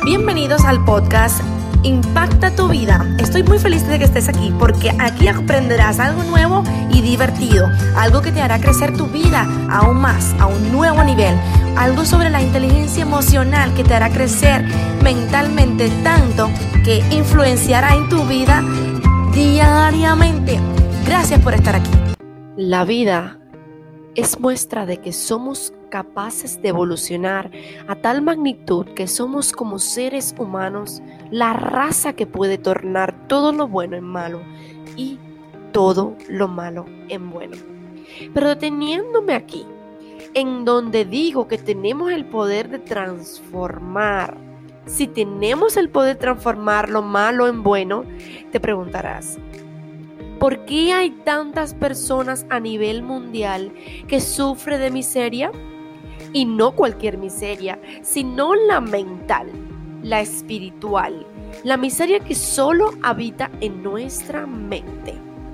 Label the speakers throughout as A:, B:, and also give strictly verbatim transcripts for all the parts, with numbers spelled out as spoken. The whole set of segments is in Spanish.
A: Bienvenidos al podcast Impacta tu Vida. Estoy muy feliz de que estés aquí porque aquí aprenderás algo nuevo y divertido, algo que te hará crecer tu vida aún más, a un nuevo nivel, algo sobre la inteligencia emocional que te hará crecer mentalmente tanto que influenciará en tu vida diariamente. Gracias por estar aquí.
B: La vida es muestra de que somos capaces de evolucionar a tal magnitud que somos como seres humanos la raza que puede tornar todo lo bueno en malo y todo lo malo en bueno. Pero deteniéndome aquí, en donde digo que tenemos el poder de transformar, si tenemos el poder de transformar lo malo en bueno, te preguntarás, ¿por qué hay tantas personas a nivel mundial que sufren de miseria? Y no cualquier miseria, sino la mental, la espiritual, la miseria que solo habita en nuestra mente.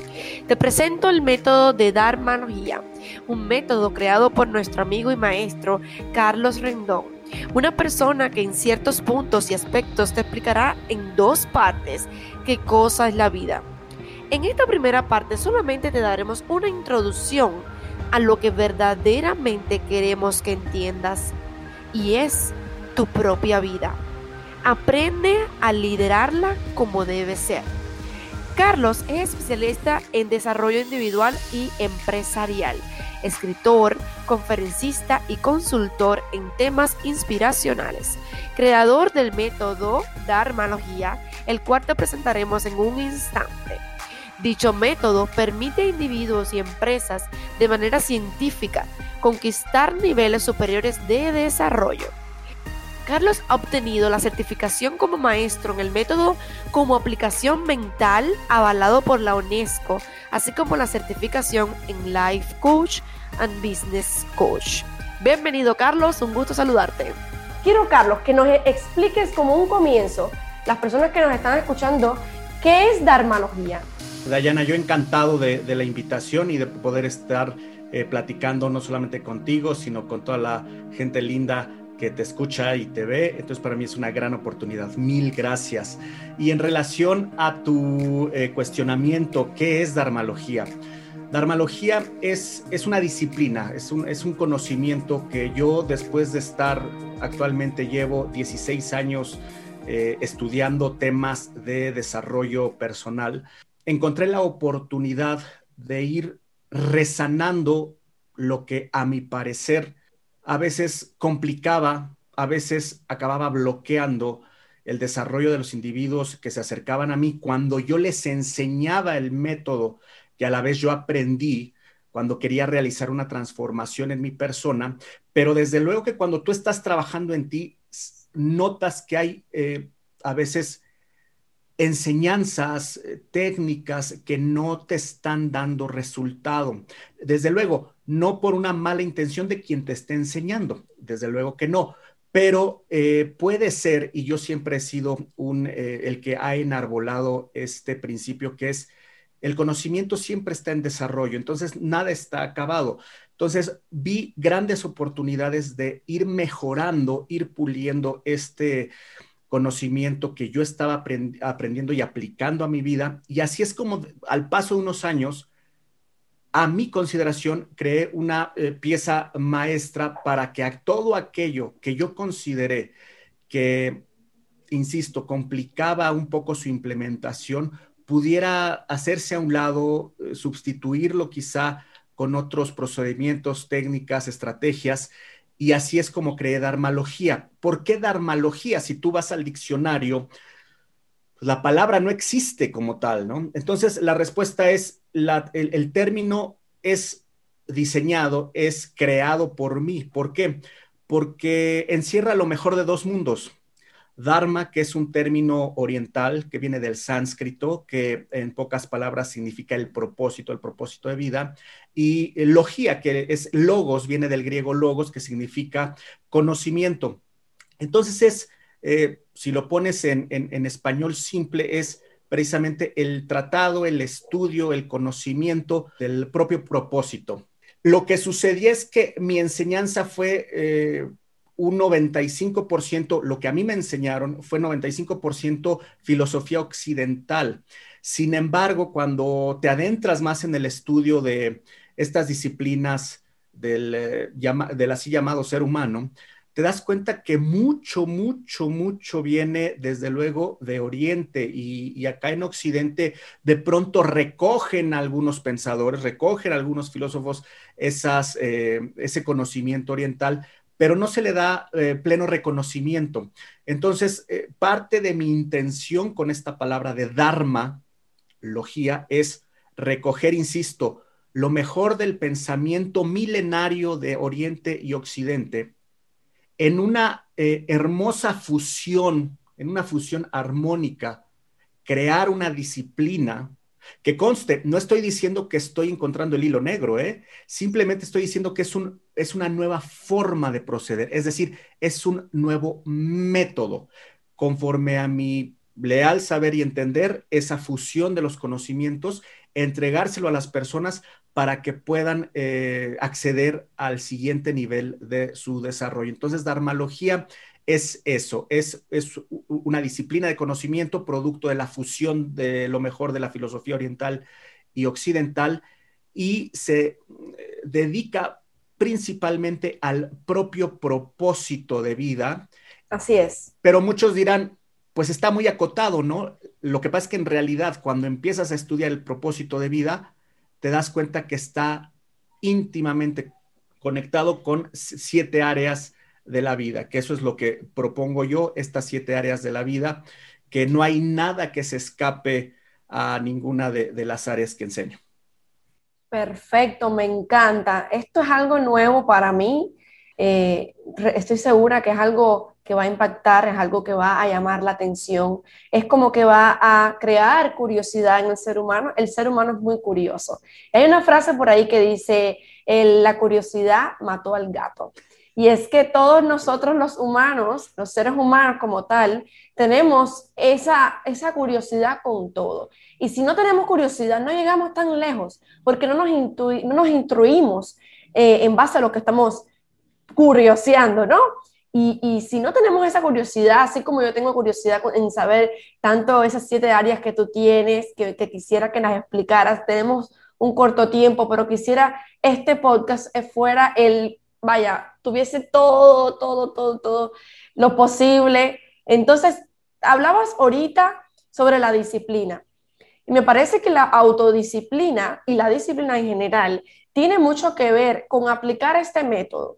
B: Te presento el método de Dharmalogía, un método creado por nuestro amigo y maestro Carlos Rendón, una persona que en ciertos puntos y aspectos te explicará en dos partes qué cosa es la vida. En esta primera parte solamente te daremos una introducción a lo que verdaderamente queremos que entiendas, y es tu propia vida. Aprende a liderarla como debe ser. Carlos es especialista en desarrollo individual y empresarial, escritor, conferencista y consultor en temas inspiracionales, creador del método Dharmalogía, el cual te presentaremos en un instante. Dicho método permite a individuos y empresas de manera científica conquistar niveles superiores de desarrollo. Carlos ha obtenido la certificación como maestro en el método como aplicación mental avalado por la UNESCO, así como la certificación en Life Coach and Business Coach. Bienvenido, Carlos, un gusto saludarte.
C: Quiero, Carlos, que nos expliques como un comienzo, las personas que nos están escuchando, ¿qué es Dharmalogía?
D: Dayana, yo encantado de, de la invitación y de poder estar eh, platicando no solamente contigo, sino con toda la gente linda que te escucha y te ve. Entonces, para mí es una gran oportunidad. Mil gracias. Y en relación a tu eh, cuestionamiento, ¿qué es Dharmalogía? Dharmalogía es, es una disciplina, es un, es un conocimiento que yo, después de estar, actualmente llevo dieciséis años eh, estudiando temas de desarrollo personal, encontré la oportunidad de ir resanando lo que, a mi parecer, a veces complicaba, a veces acababa bloqueando el desarrollo de los individuos que se acercaban a mí cuando yo les enseñaba el método que a la vez yo aprendí cuando quería realizar una transformación en mi persona. Pero desde luego que cuando tú estás trabajando en ti, notas que hay eh, a veces enseñanzas, técnicas que no te están dando resultado. Desde luego, no por una mala intención de quien te esté enseñando, desde luego que no, pero eh, puede ser, y yo siempre he sido un, eh, el que ha enarbolado este principio, que es el conocimiento siempre está en desarrollo, entonces nada está acabado. Entonces vi grandes oportunidades de ir mejorando, ir puliendo este conocimiento que yo estaba aprend aprendiendo y aplicando a mi vida, y así es como al paso de unos años, a mi consideración, creé una eh, pieza maestra para que a todo aquello que yo consideré que, insisto, complicaba un poco su implementación, pudiera hacerse a un lado, eh, sustituirlo quizá con otros procedimientos, técnicas, estrategias. Y así es como creé Dharmalogía. ¿Por qué Dharmalogía? Si tú vas al diccionario, pues la palabra no existe como tal, ¿no? Entonces, la respuesta es, la, el, el término es diseñado, es creado por mí. ¿Por qué? Porque encierra lo mejor de dos mundos. Dharma, que es un término oriental que viene del sánscrito, que en pocas palabras significa el propósito, el propósito de vida, y logía, que es logos, viene del griego logos, que significa conocimiento. Entonces es, eh, si lo pones en, en, en español simple, es precisamente el tratado, el estudio, el conocimiento del propio propósito. Lo que sucedía es que mi enseñanza fue... Eh, un noventa y cinco por ciento, lo que a mí me enseñaron fue noventa y cinco por ciento filosofía occidental. Sin embargo, cuando te adentras más en el estudio de estas disciplinas del, eh, llama, del así llamado ser humano, te das cuenta que mucho, mucho, mucho viene desde luego de Oriente y, y acá en Occidente de pronto recogen algunos pensadores, recogen algunos filósofos esas, eh, ese conocimiento oriental, pero no se le da eh, pleno reconocimiento. Entonces, eh, parte de mi intención con esta palabra de Dharma, logía, es recoger, insisto, lo mejor del pensamiento milenario de Oriente y Occidente en una eh, hermosa fusión, en una fusión armónica, crear una disciplina que conste, no estoy diciendo que estoy encontrando el hilo negro, ¿eh? Simplemente estoy diciendo que es, un, es una nueva forma de proceder, es decir, es un nuevo método, conforme a mi leal saber y entender, esa fusión de los conocimientos, entregárselo a las personas para que puedan eh, acceder al siguiente nivel de su desarrollo. Entonces, Dharmalogía es eso, es, es una disciplina de conocimiento producto de la fusión de lo mejor de la filosofía oriental y occidental y se dedica principalmente al propio propósito de vida.
C: Así es.
D: Pero muchos dirán, pues está muy acotado, ¿no? Lo que pasa es que en realidad cuando empiezas a estudiar el propósito de vida, te das cuenta que está íntimamente conectado con siete áreas de la vida, que eso es lo que propongo yo, estas siete áreas de la vida, que no hay nada que se escape a ninguna de, de las áreas que enseño.
C: Perfecto, me encanta. Esto es algo nuevo para mí. Eh, estoy segura que es algo que va a impactar, es algo que va a llamar la atención, es como que va a crear curiosidad en el ser humano. El ser humano es muy curioso. Hay una frase por ahí que dice, la curiosidad mató al gato. Y es que todos nosotros los humanos, los seres humanos como tal, tenemos esa, esa curiosidad con todo. Y si no tenemos curiosidad, no llegamos tan lejos, porque no nos, intu- no nos instruimos eh, en base a lo que estamos curioseando, ¿no? Y, y si no tenemos esa curiosidad, así como yo tengo curiosidad en saber tanto esas siete áreas que tú tienes, que, que quisiera que las explicaras, tenemos un corto tiempo, pero quisiera este podcast fuera el, vaya, tuviese todo, todo, todo, todo lo posible. Entonces, hablabas ahorita sobre la disciplina. Y me parece que la autodisciplina y la disciplina en general tiene mucho que ver con aplicar este método.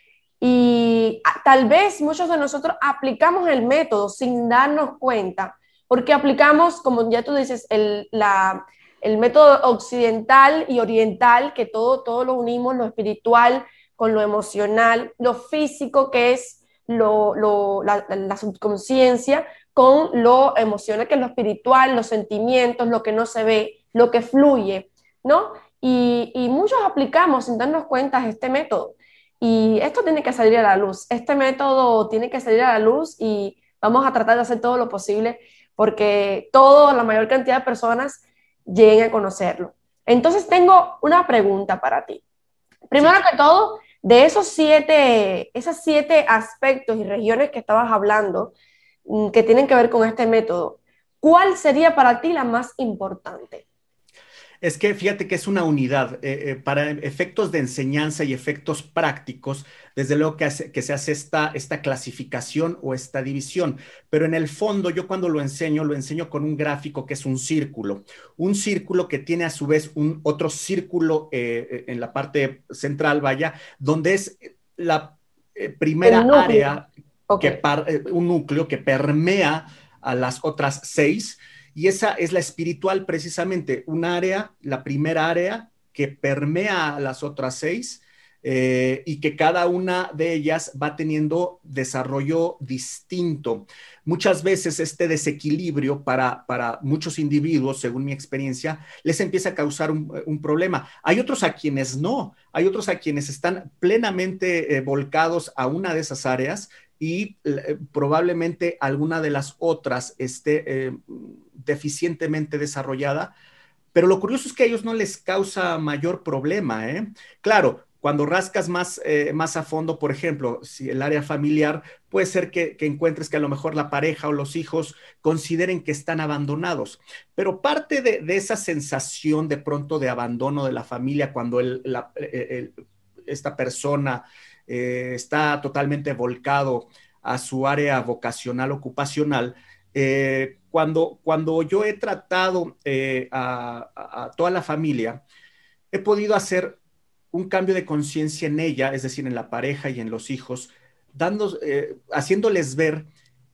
C: Y tal vez muchos de nosotros aplicamos el método sin darnos cuenta, porque aplicamos, como ya tú dices, el, la, el método occidental y oriental, que todo, todo lo unimos, lo espiritual con lo emocional, lo físico, que es lo, lo, la, la subconsciencia, con lo emocional, que es lo espiritual, los sentimientos, lo que no se ve, lo que fluye, ¿no? Y, y muchos aplicamos sin darnos cuenta este método. Y esto tiene que salir a la luz, este método tiene que salir a la luz y vamos a tratar de hacer todo lo posible porque toda la mayor cantidad de personas lleguen a conocerlo. Entonces tengo una pregunta para ti. Primero que todo, de esos siete, esos siete aspectos y regiones que estabas hablando, que tienen que ver con este método, ¿cuál sería para ti la más importante?
D: Es que fíjate que es una unidad. Eh, eh, para efectos de enseñanza y efectos prácticos, desde luego que, hace, que se hace esta, esta clasificación o esta división, pero en el fondo yo cuando lo enseño, lo enseño con un gráfico que es un círculo, un círculo que tiene a su vez un otro círculo eh, en la parte central, vaya, donde es la eh, primera área, okay. que par, eh, un núcleo que permea a las otras seis. Y esa es la espiritual precisamente, un área, la primera área que permea a las otras seis eh, y que cada una de ellas va teniendo desarrollo distinto. Muchas veces este desequilibrio para, para muchos individuos, según mi experiencia, les empieza a causar un, un problema. Hay otros a quienes no, hay otros a quienes están plenamente eh, volcados a una de esas áreas y eh, probablemente alguna de las otras esté eh, deficientemente desarrollada, pero lo curioso es que a ellos no les causa mayor problema, ¿eh? Claro, Cuando rascas más, eh, más a fondo, por ejemplo, si el área familiar, puede ser que, que encuentres que a lo mejor la pareja o los hijos consideren que están abandonados. Pero parte de, de esa sensación de pronto de abandono de la familia cuando el, la, el, esta persona eh, está totalmente volcado a su área vocacional, ocupacional, eh, cuando, cuando yo he tratado eh, a, a, a toda la familia, he podido hacer un cambio de conciencia en ella, es decir, en la pareja y en los hijos, dando, eh, haciéndoles ver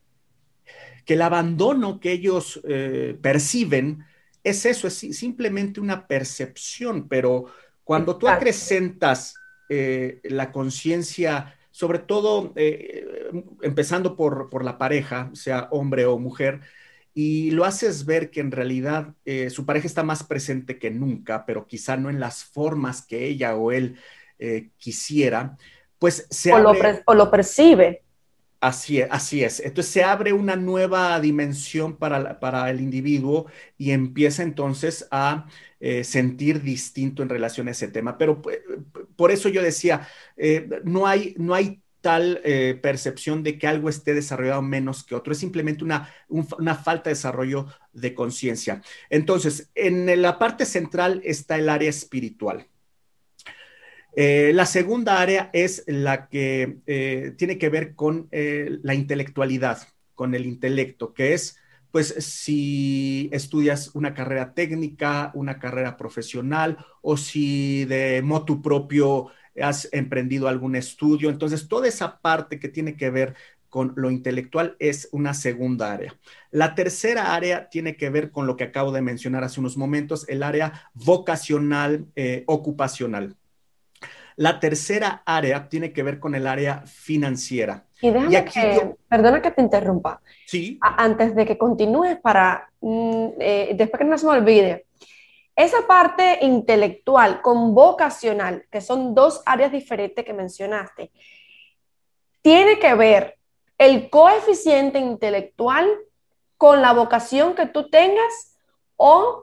D: que el abandono que ellos eh, perciben es eso, es simplemente una percepción, pero cuando tú acrecentas eh, la conciencia, sobre todo eh, empezando por, por la pareja, sea hombre o mujer, y lo haces ver que en realidad eh, su pareja está más presente que nunca, pero quizá no en las formas que ella o él eh, quisiera, pues se
C: o
D: abre...
C: Lo pre- o lo percibe.
D: Así es, así es. Entonces se abre una nueva dimensión para, la- para el individuo y empieza entonces a eh, sentir distinto en relación a ese tema. Pero pues, por eso yo decía, eh, no hay, no hay tal eh, percepción de que algo esté desarrollado menos que otro. Es simplemente una, un- una falta de desarrollo de conciencia. Entonces, en la parte central está el área espiritual. Eh, la segunda área es la que eh, tiene que ver con eh, la intelectualidad, con el intelecto, que es, pues, si estudias una carrera técnica, una carrera profesional, o si de motu propio has emprendido algún estudio. Entonces, toda esa parte que tiene que ver con lo intelectual es una segunda área. La tercera área tiene que ver con lo que acabo de mencionar hace unos momentos, el área vocacional, eh, ocupacional. La tercera área tiene que ver con el área financiera.
C: Y
D: Y
C: déjame
D: aquí
C: que,
D: yo,
C: perdona que te interrumpa,
D: sí,
C: A- antes de que continúes para, mm, eh, después que no se me olvide, esa parte intelectual con vocacional, que son dos áreas diferentes que mencionaste, tiene que ver el coeficiente intelectual con la vocación que tú tengas, o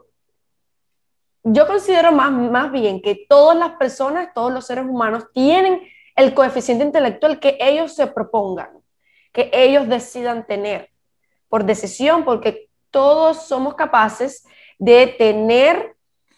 C: yo considero más, más bien que todas las personas, todos los seres humanos tienen el coeficiente intelectual que ellos se propongan, que ellos decidan tener por decisión, porque todos somos capaces de tener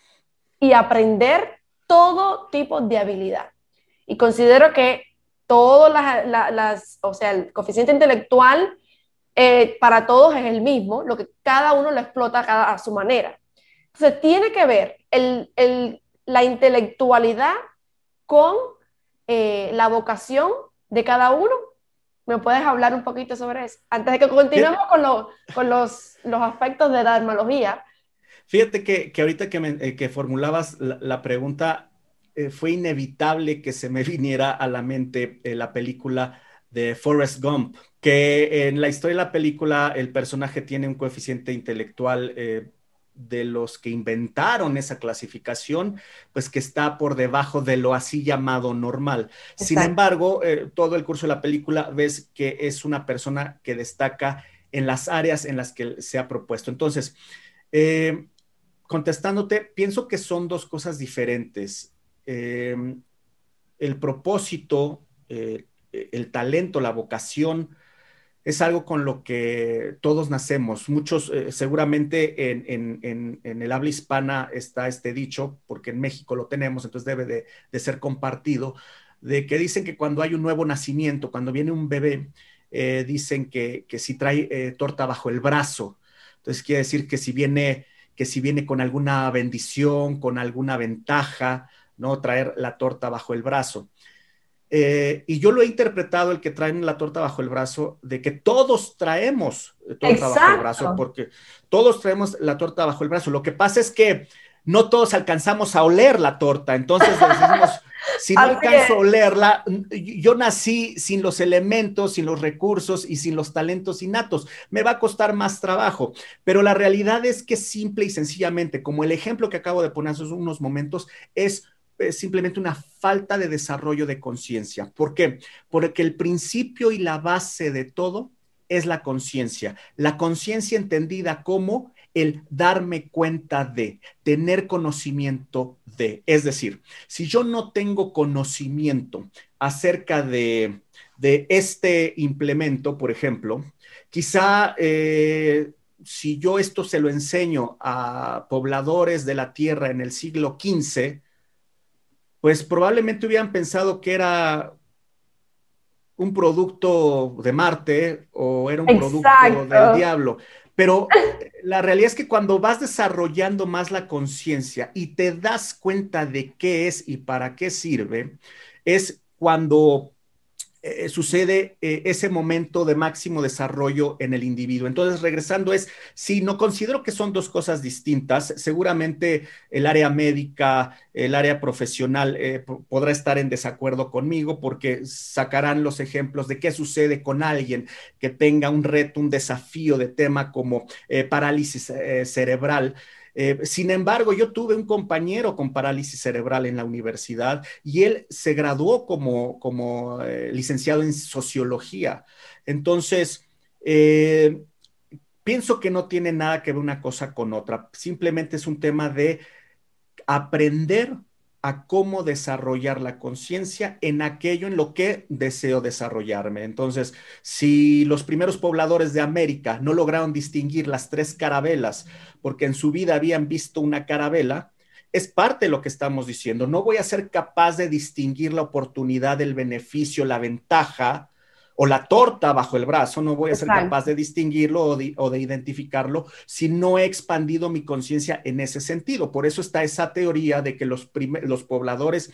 C: y aprender todo tipo de habilidad. Y considero que todas las, las, las, o sea, el coeficiente intelectual eh, para todos es el mismo, lo que cada uno lo explota a, cada, a su manera. Entonces, tiene que ver el, el, la intelectualidad con eh, la vocación de cada uno. ¿Me puedes hablar un poquito sobre eso? Antes de que continuemos con, lo, con los, los aspectos de la dermatología.
D: fíjate que, que ahorita que, me, eh, que formulabas la, la pregunta, eh, fue inevitable que se me viniera a la mente eh, la película de Forrest Gump, que en la historia de la película el personaje tiene un coeficiente intelectual eh, de los que inventaron esa clasificación, pues que está por debajo de lo así llamado normal. Sin
C: Exacto.
D: embargo, eh, todo el curso de la película ves que es una persona que destaca en las áreas en las que se ha propuesto. Entonces, eh, contestándote, pienso que son dos cosas diferentes. Eh, el propósito, eh, el talento, la vocación, es algo con lo que todos nacemos. Muchos, eh, seguramente en, en, en, en, el habla hispana está este dicho, porque en México lo tenemos, entonces debe de, de ser compartido, de que dicen que cuando hay un nuevo nacimiento, cuando viene un bebé, eh, dicen que, que si trae eh, torta bajo el brazo. Entonces quiere decir que si viene, que si viene con alguna bendición, con alguna ventaja, ¿no? Traer la torta bajo el brazo. Eh, y yo lo he interpretado, el que traen la torta bajo el brazo, de que todos traemos torta
C: Exacto.
D: bajo el brazo, porque todos traemos la torta bajo el brazo. Lo que pasa es que no todos alcanzamos a oler la torta, entonces decimos, si no alcanzo a olerla, yo nací sin los elementos, sin los recursos y sin los talentos innatos, me va a costar más trabajo, pero la realidad es que simple y sencillamente, como el ejemplo que acabo de poner hace unos momentos, es es simplemente una falta de desarrollo de conciencia. ¿Por qué? Porque el principio y la base de todo es la conciencia. La conciencia entendida como el darme cuenta de, tener conocimiento de. Es decir, si yo no tengo conocimiento acerca de, de este implemento, por ejemplo, quizá eh, si yo esto se lo enseño a pobladores de la Tierra en el siglo quince, pues probablemente hubieran pensado que era un producto de Marte o era un producto
C: Exacto.
D: del diablo. Pero la realidad es que cuando vas desarrollando más la conciencia y te das cuenta de qué es y para qué sirve, es cuando eh, sucede eh, ese momento de máximo desarrollo en el individuo. Entonces, regresando es, sí, no considero que son dos cosas distintas. Seguramente el área médica, el área profesional eh, podrá estar en desacuerdo conmigo porque sacarán los ejemplos de qué sucede con alguien que tenga un reto, un desafío de tema como eh, parálisis eh, cerebral. Eh, sin embargo, yo tuve un compañero con parálisis cerebral en la universidad y él se graduó como, como eh, licenciado en sociología. Entonces, eh, pienso que no tiene nada que ver una cosa con otra. Simplemente es un tema de aprender a cómo desarrollar la conciencia en aquello en lo que deseo desarrollarme. Entonces, si los primeros pobladores de América no lograron distinguir las tres carabelas porque en su vida habían visto una carabela, es parte de lo que estamos diciendo. No voy a ser capaz de distinguir la oportunidad, el beneficio, la ventaja o la torta bajo el brazo, no voy a ser capaz de distinguirlo o de, o de identificarlo si no he expandido mi conciencia en ese sentido. Por eso está esa teoría de que los, primer, los pobladores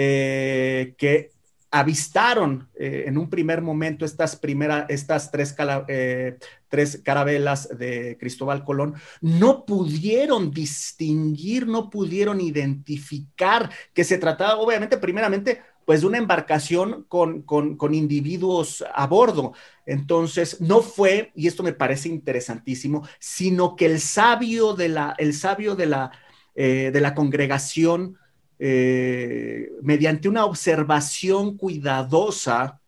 D: eh, que avistaron eh, en un primer momento estas, primera, estas tres, cala, eh, tres carabelas de Cristóbal Colón, no pudieron distinguir, no pudieron identificar que se trataba, obviamente, primeramente, pues de una embarcación con, con, con individuos a bordo. Entonces, no fue, y esto me parece interesantísimo, sino que el sabio de la, el sabio de la, eh, de la congregación, eh, mediante una observación cuidadosa,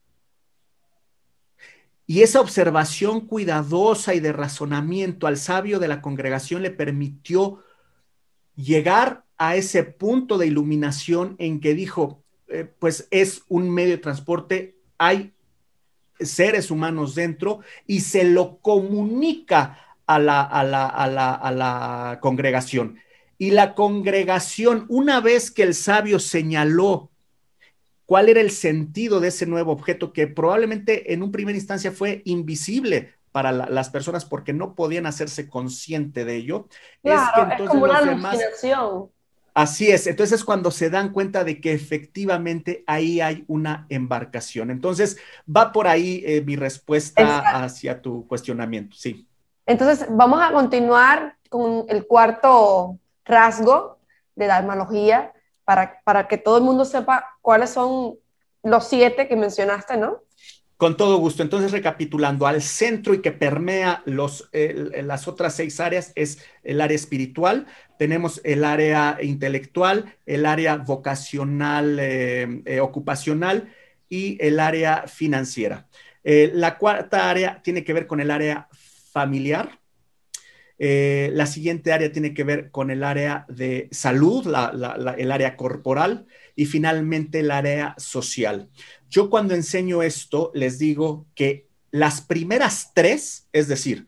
D: y esa observación cuidadosa y de razonamiento al sabio de la congregación le permitió llegar a ese punto de iluminación en que dijo, Eh, pues es un medio de transporte, hay seres humanos dentro y se lo comunica a la, a la, a la, a la congregación. Y la congregación, una vez que el sabio señaló cuál era el sentido de ese nuevo objeto, que probablemente en un primera instancia fue invisible para la, las personas porque no podían hacerse consciente de ello,
C: claro,
D: es que entonces
C: es como una
D: los demás...
C: alucinación.
D: Así es, entonces cuando se dan cuenta de que efectivamente ahí hay una embarcación. Entonces va por ahí eh, mi respuesta Exacto. hacia tu cuestionamiento, sí.
C: Entonces vamos a continuar con el cuarto rasgo de Dharmalogía para, para que todo el mundo sepa cuáles son los siete que mencionaste, ¿no?
D: Con todo gusto. Entonces, recapitulando, al centro y que permea los, eh, las otras seis áreas es el área espiritual. Tenemos el área intelectual, el área vocacional, eh, eh, ocupacional y el área financiera. Eh, la cuarta área tiene que ver con el área familiar. Eh, la siguiente área tiene que ver con el área de salud, la, la, la, el área corporal y finalmente el área social. Yo cuando enseño esto les digo que las primeras tres, es decir,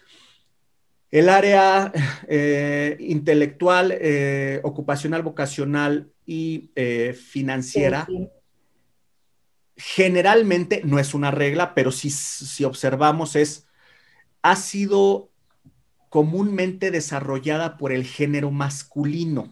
D: el área eh, intelectual, eh, ocupacional, vocacional y eh, financiera, sí, sí. Generalmente, no es una regla, pero si, si observamos es, ha sido comúnmente desarrollada por el género masculino.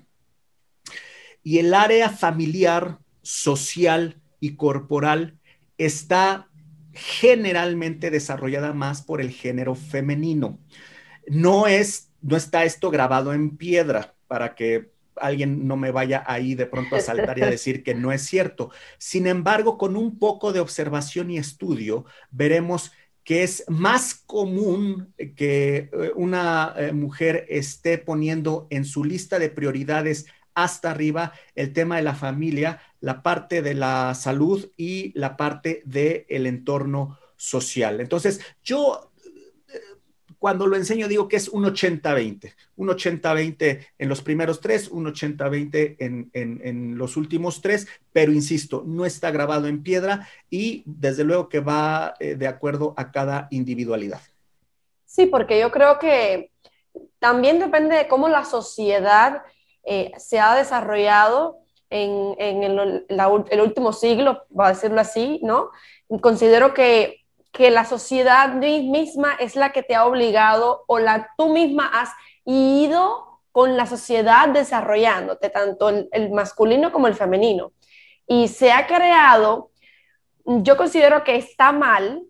D: Y el área familiar, social y corporal está generalmente desarrollada más por el género femenino. No, es, no está esto grabado en piedra para que alguien no me vaya ahí de pronto a saltar y a decir que no es cierto. Sin embargo, con un poco de observación y estudio, veremos que es más común que una mujer esté poniendo en su lista de prioridades hasta arriba el tema de la familia, la parte de la salud y la parte del entorno social. Entonces, yo cuando lo enseño digo que es un ochenta veinte, un ochenta veinte en los primeros tres, un ochenta veinte en, en, en los últimos tres, pero insisto, no está grabado en piedra y desde luego que va eh, de acuerdo a cada individualidad.
C: Sí, porque yo creo que también depende de cómo la sociedad eh, se ha desarrollado en, en el, la, el último siglo, va a decirlo así, ¿no? Considero que que la sociedad misma es la que te ha obligado o la tú misma has ido con la sociedad desarrollándote, tanto el, el masculino como el femenino. Y se ha creado, yo considero que está mal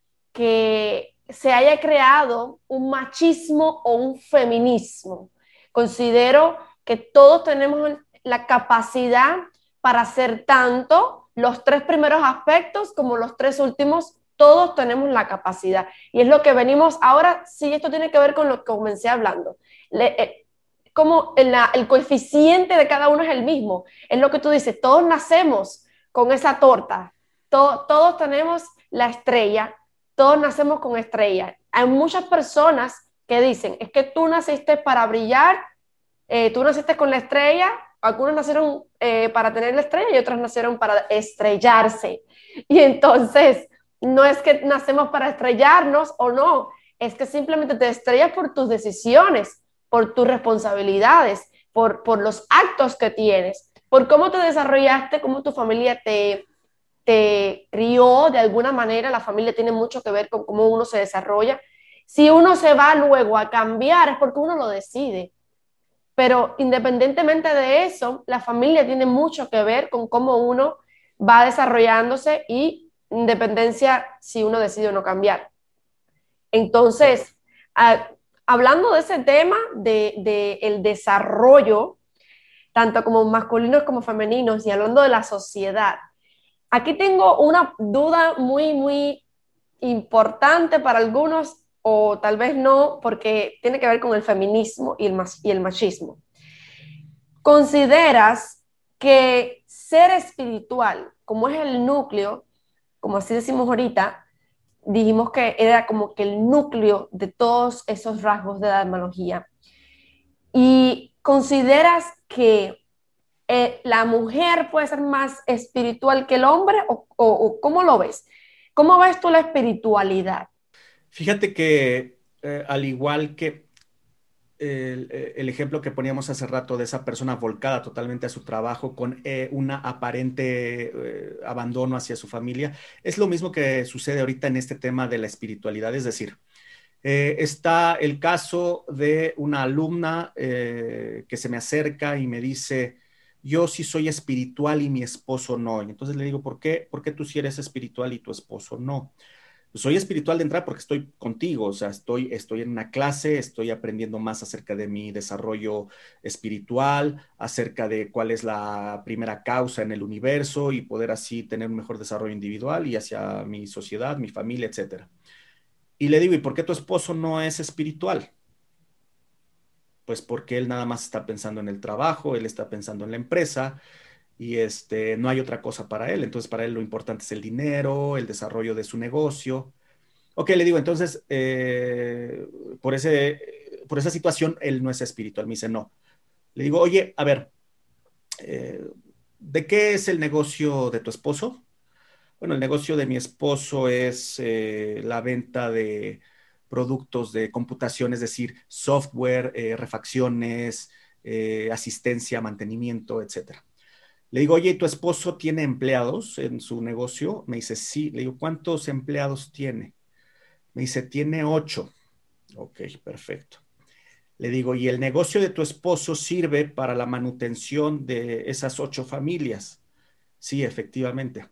C: que se haya creado un machismo o un feminismo. Considero que todos tenemos la capacidad para hacer tanto los tres primeros aspectos como los tres últimos. Todos tenemos la capacidad. Y es lo que venimos ahora, sí, esto tiene que ver con lo que comencé hablando. Le, eh, como el, el coeficiente de cada uno es el mismo. Es lo que tú dices, todos nacemos con esa torta. To, todos tenemos la estrella, todos nacemos con estrella. Hay muchas personas que dicen, es que tú naciste para brillar, eh, tú naciste con la estrella, algunos nacieron eh, para tener la estrella y otros nacieron para estrellarse. Y entonces no es que nacemos para estrellarnos o no, es que simplemente te estrellas por tus decisiones, por tus responsabilidades, por, por los actos que tienes, por cómo te desarrollaste, cómo tu familia te, te crió de alguna manera. La familia tiene mucho que ver con cómo uno se desarrolla. Si uno se va luego a cambiar es porque uno lo decide. Pero independientemente de eso, la familia tiene mucho que ver con cómo uno va desarrollándose y independencia si uno decide o no cambiar. Entonces, a, hablando de ese tema de, de el desarrollo, tanto como masculinos como femeninos, y hablando de la sociedad, aquí tengo una duda muy, muy importante para algunos, o tal vez no, porque tiene que ver con el feminismo y el, y el machismo. ¿Consideras que ser espiritual, como es el núcleo, como así decimos ahorita, dijimos que era como que el núcleo de todos esos rasgos de la hermanología, y consideras que eh, la mujer puede ser más espiritual que el hombre, o, o, o cómo lo ves? ¿Cómo ves tú la espiritualidad?
D: Fíjate que eh, al igual que el, el ejemplo que poníamos hace rato de esa persona volcada totalmente a su trabajo con eh, una aparente eh, abandono hacia su familia, es lo mismo que sucede ahorita en este tema de la espiritualidad. Es decir, eh, está el caso de una alumna eh, que se me acerca y me dice, yo sí soy espiritual y mi esposo no. Y entonces le digo, ¿por qué? ¿Por qué tú sí eres espiritual y tu esposo no? Soy espiritual de entrada porque estoy contigo, o sea, estoy, estoy en una clase, estoy aprendiendo más acerca de mi desarrollo espiritual, acerca de cuál es la primera causa en el universo y poder así tener un mejor desarrollo individual y hacia mi sociedad, mi familia, etcétera. Y le digo, ¿y por qué tu esposo no es espiritual? Pues porque él nada más está pensando en el trabajo, él está pensando en la empresa, y este, no hay otra cosa para él. Entonces, para él lo importante es el dinero, el desarrollo de su negocio. Ok, le digo, entonces, eh, por, ese, por esa situación, él no es espiritual. Me dice, no. Le digo, oye, a ver, eh, ¿de qué es el negocio de tu esposo? Bueno, el negocio de mi esposo es eh, la venta de productos de computación, es decir, software, eh, refacciones, eh, asistencia, mantenimiento, etcétera. Le digo, oye, ¿tu esposo tiene empleados en su negocio? Me dice, sí. Le digo, ¿cuántos empleados tiene? Me dice, tiene ocho. Ok, perfecto. Le digo, ¿y el negocio de tu esposo sirve para la manutención de esas ocho familias? Sí, efectivamente.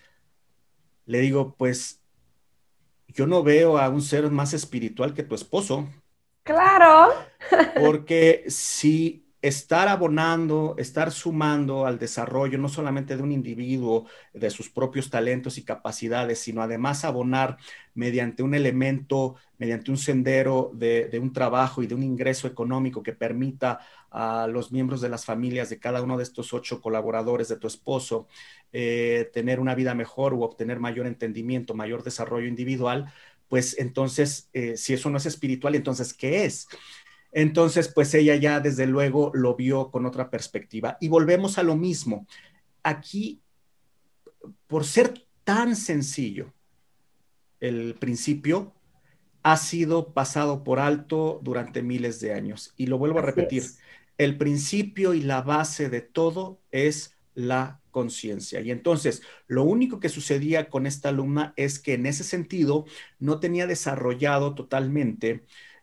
D: Le digo, pues yo no veo a un ser más espiritual que tu esposo.
C: Claro.
D: Porque si estar abonando, estar sumando al desarrollo no solamente de un individuo, de sus propios talentos y capacidades, sino además abonar mediante un elemento, mediante un sendero de, de un trabajo y de un ingreso económico que permita a los miembros de las familias de cada uno de estos ocho colaboradores de tu esposo eh, tener una vida mejor u obtener mayor entendimiento, mayor desarrollo individual, pues entonces, eh, si eso no es espiritual, entonces, ¿qué es? Entonces, pues ella ya desde luego lo vio con otra perspectiva. Y volvemos a lo mismo. Aquí, por ser tan sencillo, el principio ha sido pasado por alto durante miles de años. Y lo vuelvo a
C: Así
D: repetir,
C: es.
D: el principio y la base de todo es la conciencia. Y entonces, lo único que sucedía con esta alumna es que en ese sentido no tenía desarrollado totalmente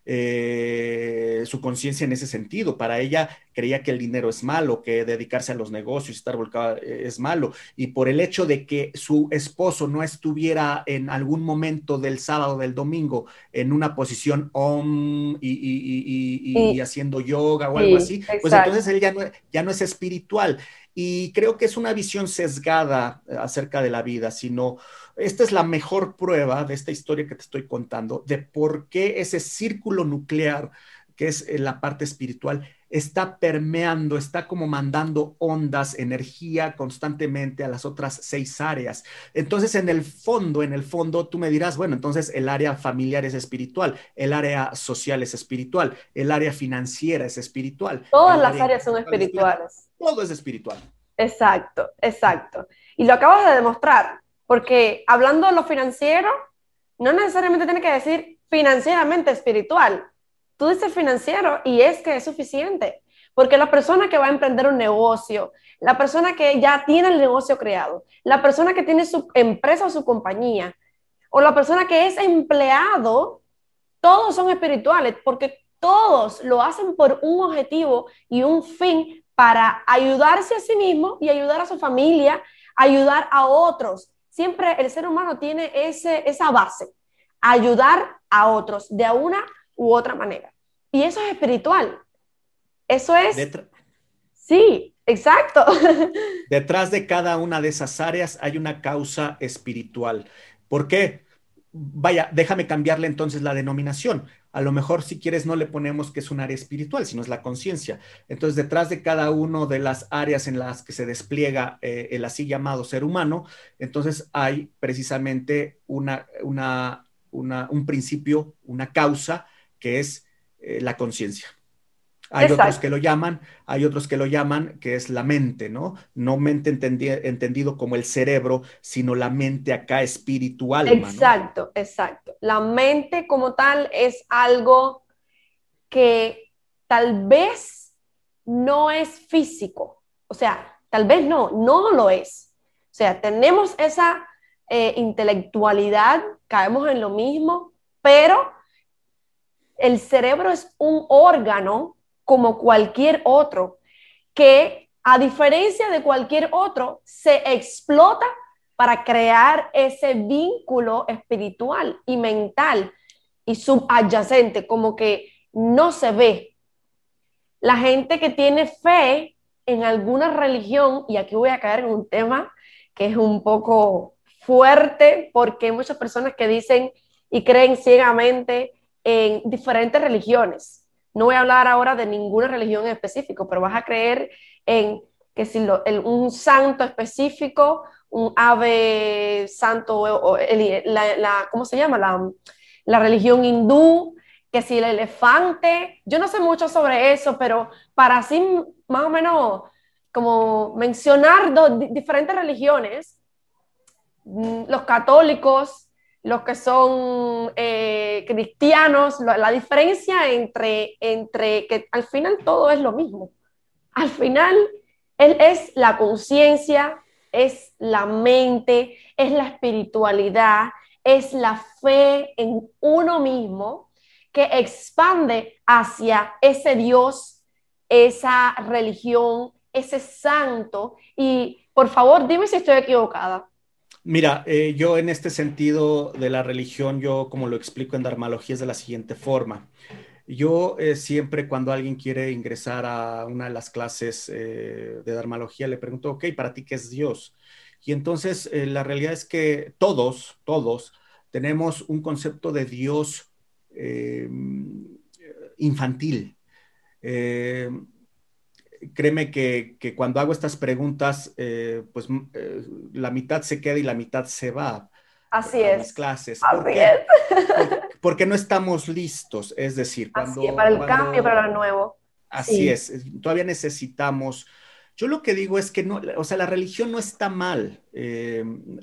D: eh, su conciencia en ese sentido. Para ella creía que el dinero es malo, que dedicarse a los negocios, estar volcada eh, es malo. Y por el hecho de que su esposo no estuviera en algún momento del sábado, del domingo, en una posición om y, y, y, y, y
C: Y
D: haciendo yoga o algo
C: sí,
D: así, pues
C: exacto.
D: entonces él ya no, ya no es espiritual. Y creo que es una visión sesgada acerca de la vida, sino esta es la mejor prueba de esta historia que te estoy contando, de por qué ese círculo nuclear, que es la parte espiritual, está permeando, está como mandando ondas, energía constantemente a las otras seis áreas. Entonces, en el fondo, en el fondo, tú me dirás, bueno, entonces el área familiar es espiritual, el área social es espiritual, el área financiera es espiritual,
C: Todas
D: el
C: las
D: área
C: áreas son
D: intelectual es espiritual,
C: espirituales.
D: todo es espiritual.
C: Exacto, exacto. Y lo acabas de demostrar, porque hablando de lo financiero, no necesariamente tiene que decir financieramente espiritual. Tú dices financiero y es que es suficiente, porque la persona que va a emprender un negocio, la persona que ya tiene el negocio creado, la persona que tiene su empresa o su compañía, o la persona que es empleado, todos son espirituales, porque todos lo hacen por un objetivo y un fin para ayudarse a sí mismo y ayudar a su familia, ayudar a otros. Siempre el ser humano tiene ese, esa base, ayudar a otros de una u otra manera. Y eso es espiritual. Eso es,
D: Detrás
C: sí, exacto.
D: Detrás de cada una de esas áreas hay una causa espiritual. ¿Por qué? Vaya, déjame cambiarle entonces la denominación. A lo mejor si quieres no le ponemos que es un área espiritual, sino es la conciencia. Entonces, detrás de cada una de las áreas en las que se despliega eh, el así llamado ser humano, entonces hay precisamente una, una, una, un principio, una causa que es eh, la conciencia. Hay otros que
C: Exacto,
D: lo llaman, hay otros que lo llaman que es la mente, ¿no? No mente entendi entendido como el cerebro, sino la mente acá espiritual, ¿no?
C: exacto, exacto. La mente como tal es algo que tal vez no es físico. O sea, tal vez no, no lo es. O sea, tenemos esa eh, intelectualidad, caemos en lo mismo, pero el cerebro es un órgano como cualquier otro que, a diferencia de cualquier otro, se explota para crear ese vínculo espiritual y mental y subyacente, como que no se ve. La gente que tiene fe en alguna religión, y aquí voy a caer en un tema que es un poco fuerte, porque hay muchas personas que dicen y creen ciegamente en diferentes religiones. No voy a hablar ahora de ninguna religión en específico, pero vas a creer en que si lo, el, un santo específico, un ave santo, o el, la, la, ¿cómo se llama? La, la religión hindú, que si el elefante, yo no sé mucho sobre eso, pero para así más o menos como mencionar dos diferentes religiones, los católicos, los que son eh, cristianos, la, la diferencia entre, entre que al final todo es lo mismo. Al final él es la conciencia, es la mente, es la espiritualidad, es la fe en uno mismo que expande hacia ese Dios, esa religión, ese santo. Y por favor, dime si estoy equivocada.
D: Mira, eh, yo en este sentido de la religión, yo como lo explico en Dharmalogía es de la siguiente forma. Yo eh, siempre cuando alguien quiere ingresar a una de las clases eh, de Dharmalogía, le pregunto, ok, ¿para ti qué es Dios? Y entonces eh, la realidad es que todos, todos tenemos un concepto de Dios eh, infantil. Eh, Créeme que, que, cuando hago estas preguntas, eh, pues eh, la mitad se queda y la mitad se va
C: Así
D: a mis
C: es,
D: clases. ¿Por
C: así
D: qué?
C: es.
D: Por, porque no estamos listos. Es decir,
C: Así es,
D: cuando,
C: para el cambio,
D: cuando,
C: para lo nuevo.
D: así
C: Sí.
D: es, todavía necesitamos. Yo lo que digo es que no, o sea, la religión no está mal. Eh,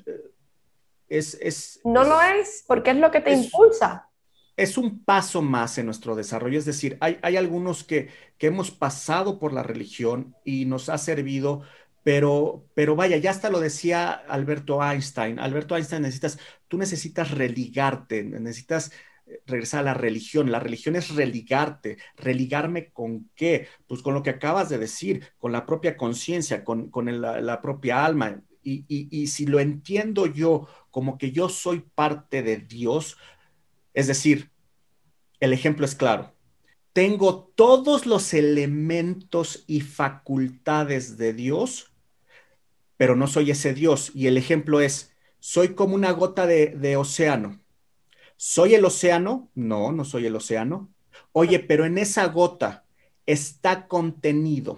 D: es, es,
C: No lo
D: es,
C: es, porque es lo que te
D: es
C: impulsa.
D: es un paso más en nuestro desarrollo. Es decir, hay, hay algunos que, que hemos pasado por la religión y nos ha servido, pero, pero vaya, ya hasta lo decía Alberto Einstein. Alberto Einstein, necesitas, tú necesitas religarte, necesitas eh, regresar a la religión. La religión es religarte. ¿Religarme con qué? Pues con lo que acabas de decir, con la propia conciencia, con, con el, la, la propia alma. Y, y, y si lo entiendo yo como que yo soy parte de Dios, es decir, el ejemplo es claro. Tengo todos los elementos y facultades de Dios, pero no soy ese Dios. Y el ejemplo es, soy como una gota de, de océano. ¿Soy el océano? No, no soy el océano. Oye, pero en esa gota está contenido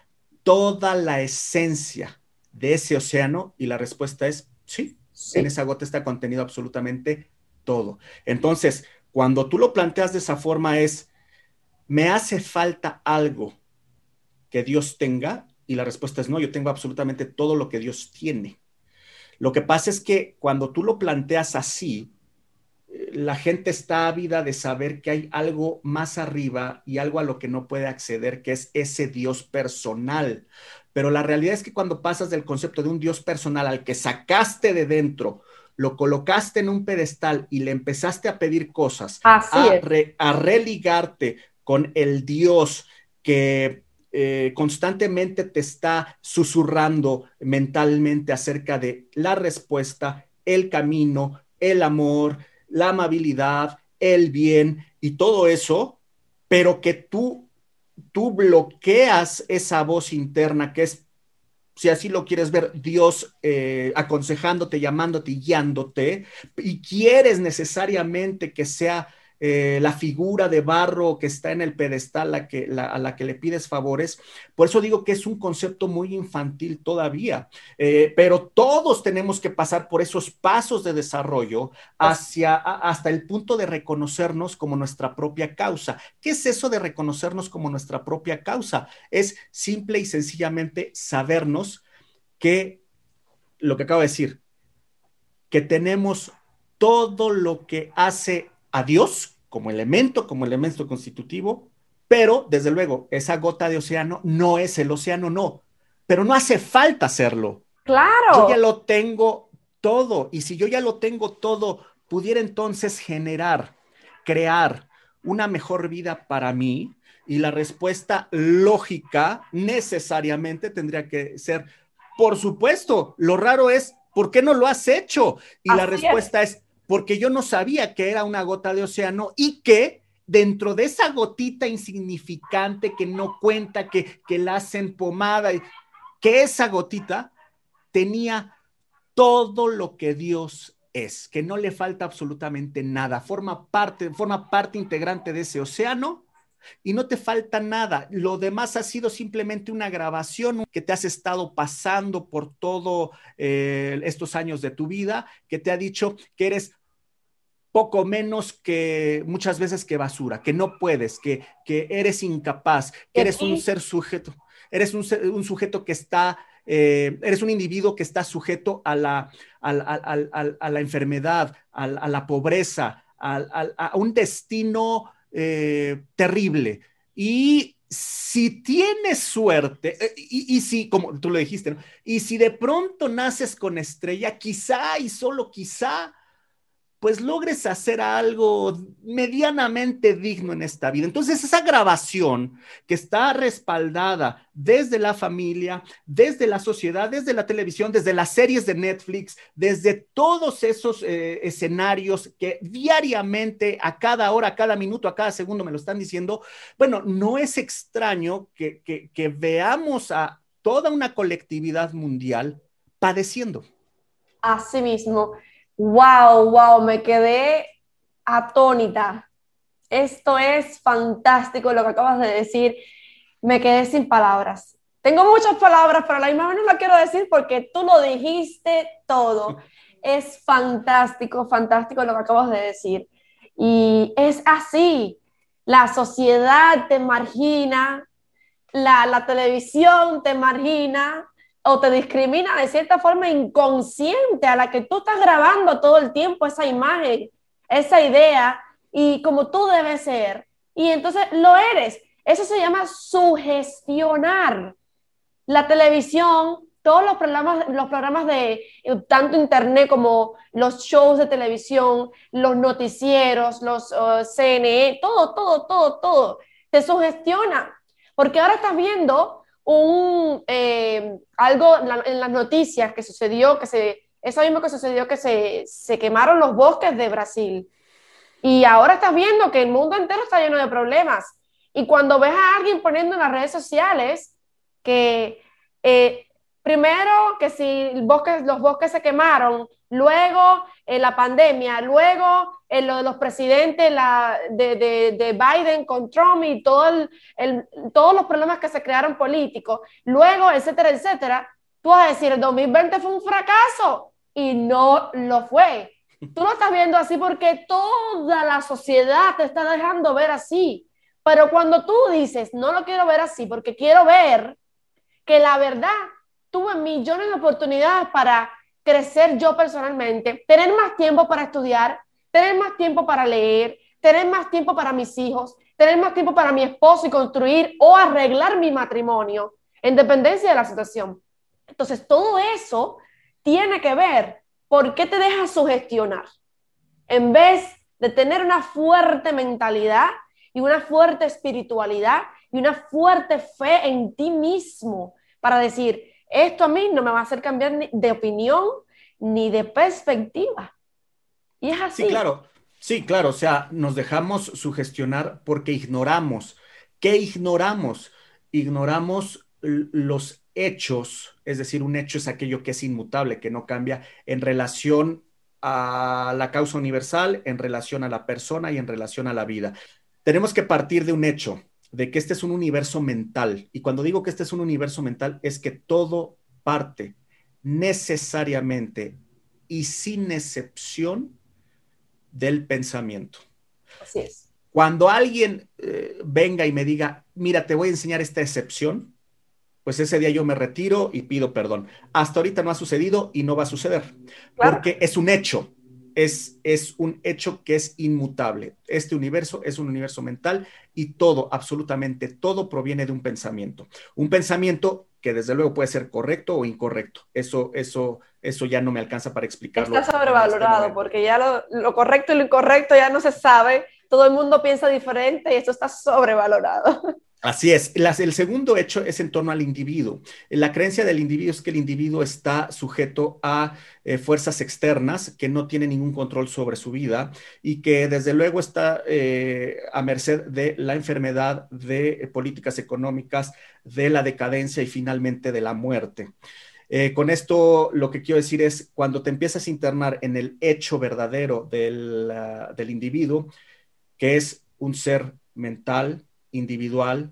D: toda la esencia de ese océano, y la respuesta es sí, en
C: Sí.
D: esa gota está contenido absolutamente todo. Entonces, cuando tú lo planteas de esa forma es, ¿me hace falta algo que Dios tenga? Y la respuesta es no, yo tengo absolutamente todo lo que Dios tiene. Lo que pasa es que cuando tú lo planteas así, la gente está ávida de saber que hay algo más arriba y algo a lo que no puede acceder, que es ese Dios personal. Pero la realidad es que cuando pasas del concepto de un Dios personal al que sacaste de dentro, lo colocaste en un pedestal y le empezaste a pedir cosas,
C: Así
D: a,
C: es.
D: re, a religarte con el Dios que eh, constantemente te está susurrando mentalmente acerca de la respuesta, el camino, el amor, la amabilidad, el bien y todo eso, pero que tú, tú bloqueas esa voz interna que es, si así lo quieres ver, Dios eh, aconsejándote, llamándote y guiándote, y quieres necesariamente que sea eh, la figura de barro que está en el pedestal a, que, la, a la que le pides favores. Por eso digo que es un concepto muy infantil todavía, eh, pero todos tenemos que pasar por esos pasos de desarrollo hacia, a, hasta el punto de reconocernos como nuestra propia causa. ¿Qué es eso de reconocernos como nuestra propia causa? Es simple y sencillamente sabernos que, lo que acabo de decir, que tenemos todo lo que hace a Dios como elemento, como elemento constitutivo, pero desde luego, esa gota de océano no es el océano, no, pero no hace falta hacerlo. Yo ya
C: Claro.
D: lo tengo todo, y si yo ya lo tengo todo, pudiera entonces generar, crear una mejor vida para mí, y la respuesta lógica necesariamente tendría que ser, por supuesto. Lo raro es, ¿por qué no lo has hecho? Y la
C: Así es.
D: respuesta es, porque yo no sabía que era una gota de océano y que dentro de esa gotita insignificante que no cuenta, que, que la hacen pomada, que esa gotita tenía todo lo que Dios es, que no le falta absolutamente nada, forma parte, forma parte integrante de ese océano y no te falta nada. Lo demás ha sido simplemente una grabación que te has estado pasando por todos eh, estos años de tu vida, que te ha dicho que eres poco menos que muchas veces que basura, que no puedes, que, que eres incapaz, que
C: Y
D: eres un
C: aquí,
D: ser sujeto, eres un, ser, un sujeto que está, eh, eres un individuo que está sujeto a la, a, a, a, a la enfermedad, a, a la pobreza, a, a un destino eh, terrible. Y si tienes suerte, eh, y, y si, como tú lo dijiste, ¿no? Y si de pronto naces con estrella, quizá y solo quizá pues logres hacer algo medianamente digno en esta vida. Entonces, esa grabación que está respaldada desde la familia, desde la sociedad, desde la televisión, desde las series de Netflix, desde todos esos eh, escenarios que diariamente, a cada hora, a cada minuto, a cada segundo me lo están diciendo, bueno, no es extraño que, que, que veamos a toda una colectividad mundial padeciendo.
C: Así mismo. Wow, wow, me quedé atónita. Esto es fantástico lo que acabas de decir. Me quedé sin palabras. Tengo muchas palabras, pero a la misma vez no la quiero decir porque tú lo dijiste todo. Es fantástico, fantástico lo que acabas de decir. Y es así. La sociedad te margina, la, la televisión te margina, o te discrimina de cierta forma inconsciente a la que tú estás grabando todo el tiempo esa imagen, esa idea, y como tú debes ser. Y entonces lo eres. Eso se llama sugestionar. La televisión, todos los programas, los programas de tanto internet como los shows de televisión, los noticieros, los uh, C N E, todo, todo, todo, todo, te sugestiona. Porque ahora estás viendo un, eh, algo en, la, en las noticias que sucedió, que se, eso mismo que sucedió, que se, se quemaron los bosques de Brasil. Y ahora estás viendo que el mundo entero está lleno de problemas. Y cuando ves a alguien poniendo en las redes sociales que eh, primero que si el bosque, los bosques se quemaron, luego eh, la pandemia, luego eh, lo de los presidentes la, de, de, de Biden con Trump y todo el, el, todos los problemas que se crearon políticos, luego, etcétera, etcétera, tú vas a decir, el dos mil veinte fue un fracaso, y no lo fue. Tú lo estás viendo así porque toda la sociedad te está dejando ver así, pero cuando tú dices, no lo quiero ver así porque quiero ver que la verdad, tuve millones de oportunidades para crecer yo personalmente, tener más tiempo para estudiar, tener más tiempo para leer, tener más tiempo para mis hijos, tener más tiempo para mi esposo y construir o arreglar mi matrimonio, en dependencia de la situación. Entonces, todo eso tiene que ver por qué te dejas sugestionar. En vez de tener una fuerte mentalidad y una fuerte espiritualidad y una fuerte fe en ti mismo para decir, esto a mí no me va a hacer cambiar ni de opinión ni de perspectiva. Y es así.
D: Sí, claro. Sí, claro. O sea, nos dejamos sugestionar porque ignoramos. ¿Qué ignoramos? Ignoramos los hechos. Es decir, un hecho es aquello que es inmutable, que no cambia en relación a la causa universal, en relación a la persona y en relación a la vida. Tenemos que partir de un hecho, de que este es un universo mental. Y cuando digo que este es un universo mental, es que todo parte necesariamente y sin excepción del pensamiento.
C: Así es.
D: Cuando alguien eh, venga y me diga, mira, te voy a enseñar esta excepción, pues ese día yo me retiro y pido perdón. Hasta ahorita no ha sucedido y no va a suceder, claro, porque es un hecho. Es, es un hecho que es inmutable. Este universo es un universo mental y todo, absolutamente todo proviene de un pensamiento. Un pensamiento que desde luego puede ser correcto o incorrecto. Eso, eso, eso ya no me alcanza para explicarlo.
C: Está sobrevalorado este porque ya lo, lo correcto y lo incorrecto ya no se sabe. Todo el mundo piensa diferente y esto está sobrevalorado.
D: Así es. El segundo hecho es en torno al individuo. La creencia del individuo es que el individuo está sujeto a eh, fuerzas externas que no tienen ningún control sobre su vida y que desde luego está eh, a merced de la enfermedad, de eh, políticas económicas, de la decadencia y finalmente de la muerte. Eh, con esto lo que quiero decir es cuando te empiezas a internar en el hecho verdadero del, uh, del individuo, que es un ser mental, individual,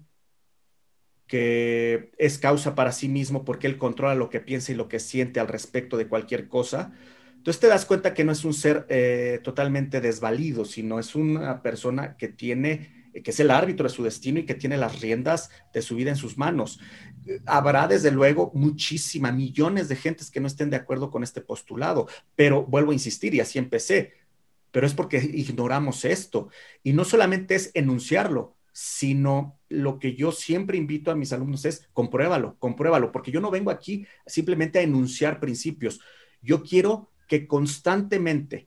D: que es causa para sí mismo porque él controla lo que piensa y lo que siente al respecto de cualquier cosa. Entonces te das cuenta que no es un ser eh, totalmente desvalido, sino es una persona que tiene, que es el árbitro de su destino y que tiene las riendas de su vida en sus manos. Habrá desde luego muchísima, millones de gentes que no estén de acuerdo con este postulado, pero vuelvo a insistir y así empecé, pero es porque ignoramos esto y no solamente es enunciarlo, sino lo que yo siempre invito a mis alumnos es compruébalo, compruébalo, porque yo no vengo aquí simplemente a enunciar principios. Yo quiero que constantemente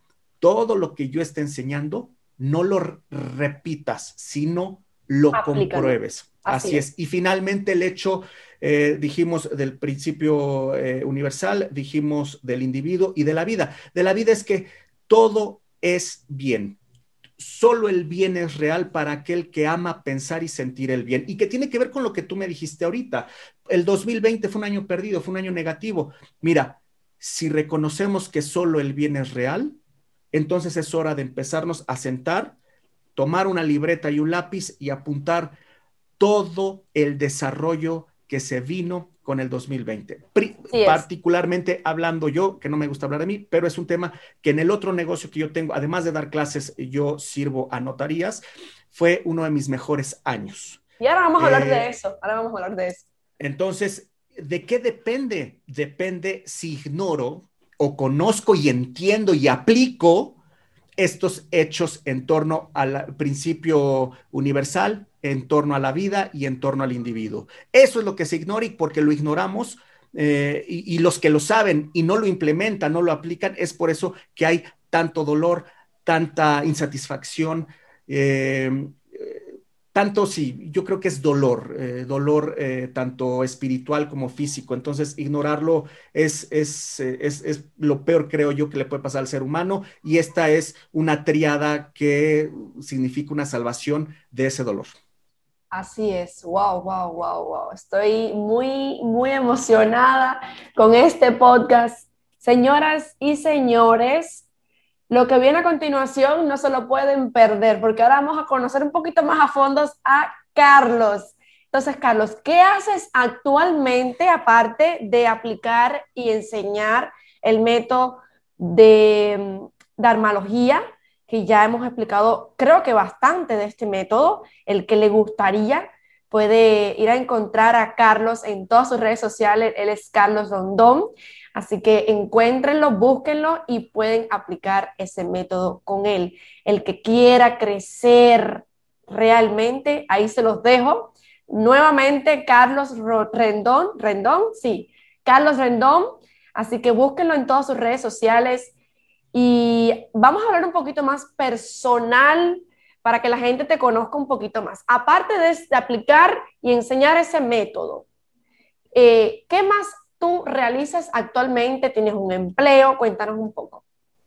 D: todo lo que yo esté enseñando, no lo repitas, sino lo
C: Aplícalo.
D: compruebes.
C: Así,
D: Así
C: es.
D: es. Y finalmente el hecho, eh, dijimos del principio eh, universal, dijimos del individuo y de la vida. De la vida es que todo es bien. Solo el bien es real para aquel que ama pensar y sentir el bien. Y que tiene que ver con lo que tú me dijiste ahorita. El dos mil veinte fue un año perdido, fue un año negativo. Mira, si reconocemos que solo el bien es real, entonces es hora de empezarnos a sentar, tomar una libreta y un lápiz y apuntar todo el desarrollo que se vino con el dos mil veinte. Pri
C: Sí es.
D: particularmente hablando yo, que no me gusta hablar de mí, pero es un tema que en el otro negocio que yo tengo, además de dar clases, yo sirvo a notarías, fue uno de mis mejores años.
C: Y ahora vamos a hablar
D: Eh,
C: de eso, ahora vamos a hablar de eso.
D: Entonces, ¿de qué depende? Depende si ignoro o conozco y entiendo y aplico estos hechos en torno al principio universal, en torno a la vida y en torno al individuo. Eso es lo que se ignora y porque lo ignoramos eh, y, y los que lo saben y no lo implementan, no lo aplican, es por eso que hay tanto dolor, tanta insatisfacción, eh, tanto sí, yo creo que es dolor, eh, dolor eh, tanto espiritual como físico. Entonces, ignorarlo es, es, eh, es, es lo peor, creo yo, que le puede pasar al ser humano. Y esta es una triada que significa una salvación de ese dolor.
C: Así es, wow, wow, wow, wow. Estoy muy, muy emocionada con este podcast. Señoras y señores, lo que viene a continuación no se lo pueden perder, porque ahora vamos a conocer un poquito más a fondo a Carlos. Entonces, Carlos, ¿qué haces actualmente aparte de aplicar y enseñar el método de Dharmalogía, que ya hemos explicado, creo que bastante de este método? El que le gustaría puede ir a encontrar a Carlos en todas sus redes sociales. Él es Carlos Rondón. Así que encuéntrenlo, búsquenlo y pueden aplicar ese método con él. El que quiera crecer realmente, ahí se los dejo. Nuevamente, Carlos Rendón, Rendón, sí, Carlos Rendón. Así que búsquenlo en todas sus redes sociales. Y vamos a hablar un poquito más personal para que la gente te conozca un poquito más. Aparte de, de aplicar y enseñar ese método, eh, ¿qué más tú realizas actualmente? ¿Tienes un empleo? Cuéntanos un poco.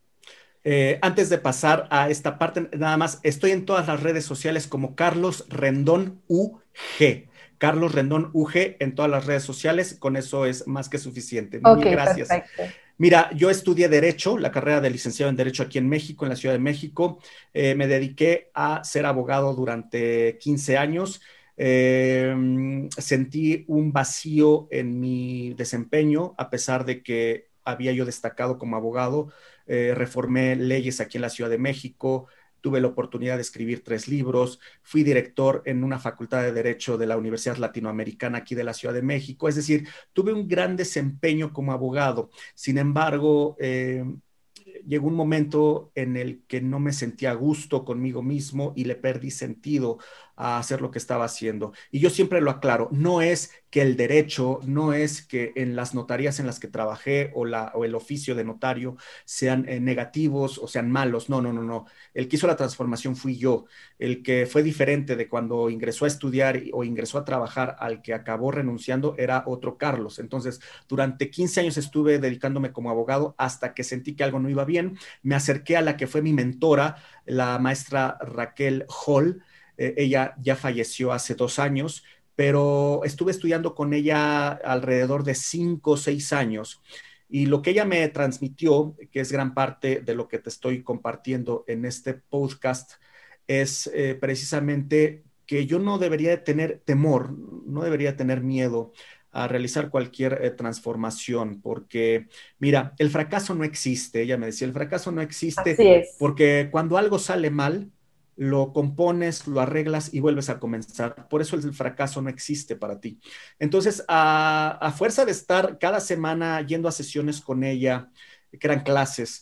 D: Eh, antes de pasar a esta parte, nada más, estoy en todas las redes sociales como Carlos Rendón U G. Carlos Rendón U G en todas las redes sociales, con eso es más que suficiente.
C: Ok,
D: Mil gracias.
C: Perfecto.
D: Mira, yo estudié Derecho, la carrera de licenciado en Derecho aquí en México, en la Ciudad de México. Eh, me dediqué a ser abogado durante quince años. Eh, sentí un vacío en mi desempeño, a pesar de que había yo destacado como abogado. Eh, reformé leyes aquí en la Ciudad de México, tuve la oportunidad de escribir tres libros, fui director en una facultad de Derecho de la Universidad Latinoamericana aquí de la Ciudad de México, es decir, tuve un gran desempeño como abogado. Sin embargo, eh, llegó un momento en el que no me sentía a gusto conmigo mismo y le perdí sentido a hacer lo que estaba haciendo. Y yo siempre lo aclaro, no es que el derecho, no es que en las notarías en las que trabajé o, la, o el oficio de notario sean eh, negativos o sean malos, no, no, no, no. El que hizo la transformación fui yo, el que fue diferente de cuando ingresó a estudiar o ingresó a trabajar al que acabó renunciando era otro Carlos. Entonces, durante quince años estuve dedicándome como abogado hasta que sentí que algo no iba bien. Me acerqué a la que fue mi mentora, la maestra Raquel Hall. Eh, ella ya falleció hace dos años, pero estuve estudiando con ella alrededor de cinco o seis años. Y lo que ella me transmitió, que es gran parte de lo que te estoy compartiendo en este podcast, es eh, precisamente que yo no debería de tener temor, no debería tener miedo a realizar cualquier eh, transformación, porque mira, el fracaso no existe. Ella me decía, el fracaso no existe.
C: Así es.
D: Porque cuando algo sale mal, lo compones, lo arreglas y vuelves a comenzar. Por eso el fracaso no existe para ti. Entonces, a, a fuerza de estar cada semana yendo a sesiones con ella, que eran clases,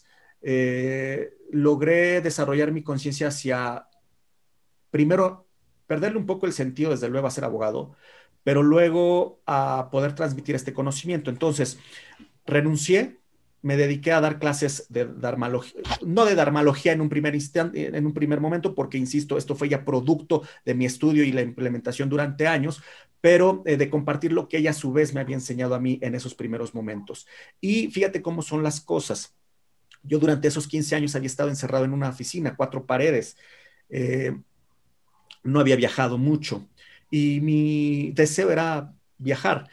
D: eh, logré desarrollar mi conciencia hacia, primero, perderle un poco el sentido, desde luego, a ser abogado, pero luego a poder transmitir este conocimiento. Entonces, renuncié, me dediqué a dar clases de dermalogía, no de dermalogía en un primer instante, en un primer momento, porque, insisto, esto fue ya producto de mi estudio y la implementación durante años, pero eh, de compartir lo que ella a su vez me había enseñado a mí en esos primeros momentos. Y fíjate cómo son las cosas. Yo durante esos quince años había estado encerrado en una oficina, cuatro paredes, eh, no había viajado mucho y mi deseo era viajar.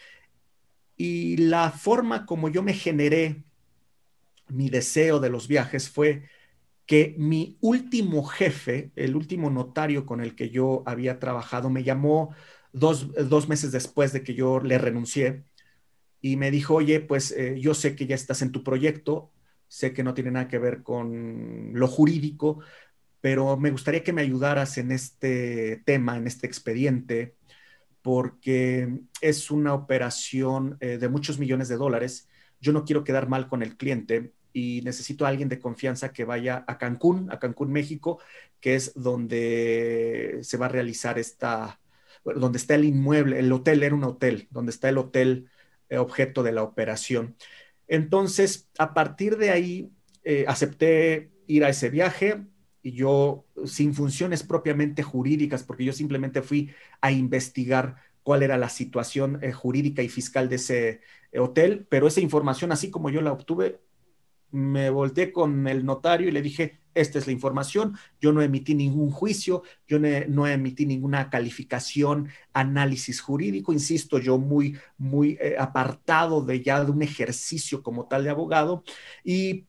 D: Y la forma como yo me generé mi deseo de los viajes fue que mi último jefe, el último notario con el que yo había trabajado, me llamó dos, dos meses después de que yo le renuncié y me dijo, oye, pues eh, yo sé que ya estás en tu proyecto, sé que no tiene nada que ver con lo jurídico, pero me gustaría que me ayudaras en este tema, en este expediente, porque es una operación eh, de muchos millones de dólares. Yo no quiero quedar mal con el cliente y necesito a alguien de confianza que vaya a Cancún, a Cancún, México, que es donde se va a realizar esta, bueno, donde está el inmueble, el hotel, era un hotel, donde está el hotel eh, objeto de la operación. Entonces, a partir de ahí, eh, acepté ir a ese viaje y yo, sin funciones propiamente jurídicas, porque yo simplemente fui a investigar cuál era la situación eh, jurídica y fiscal de ese eh, hotel, pero esa información, así como yo la obtuve, me volteé con el notario y le dije, esta es la información, yo no emití ningún juicio, yo no, no emití ninguna calificación, análisis jurídico, insisto, yo muy, muy eh, apartado de ya de un ejercicio como tal de abogado, y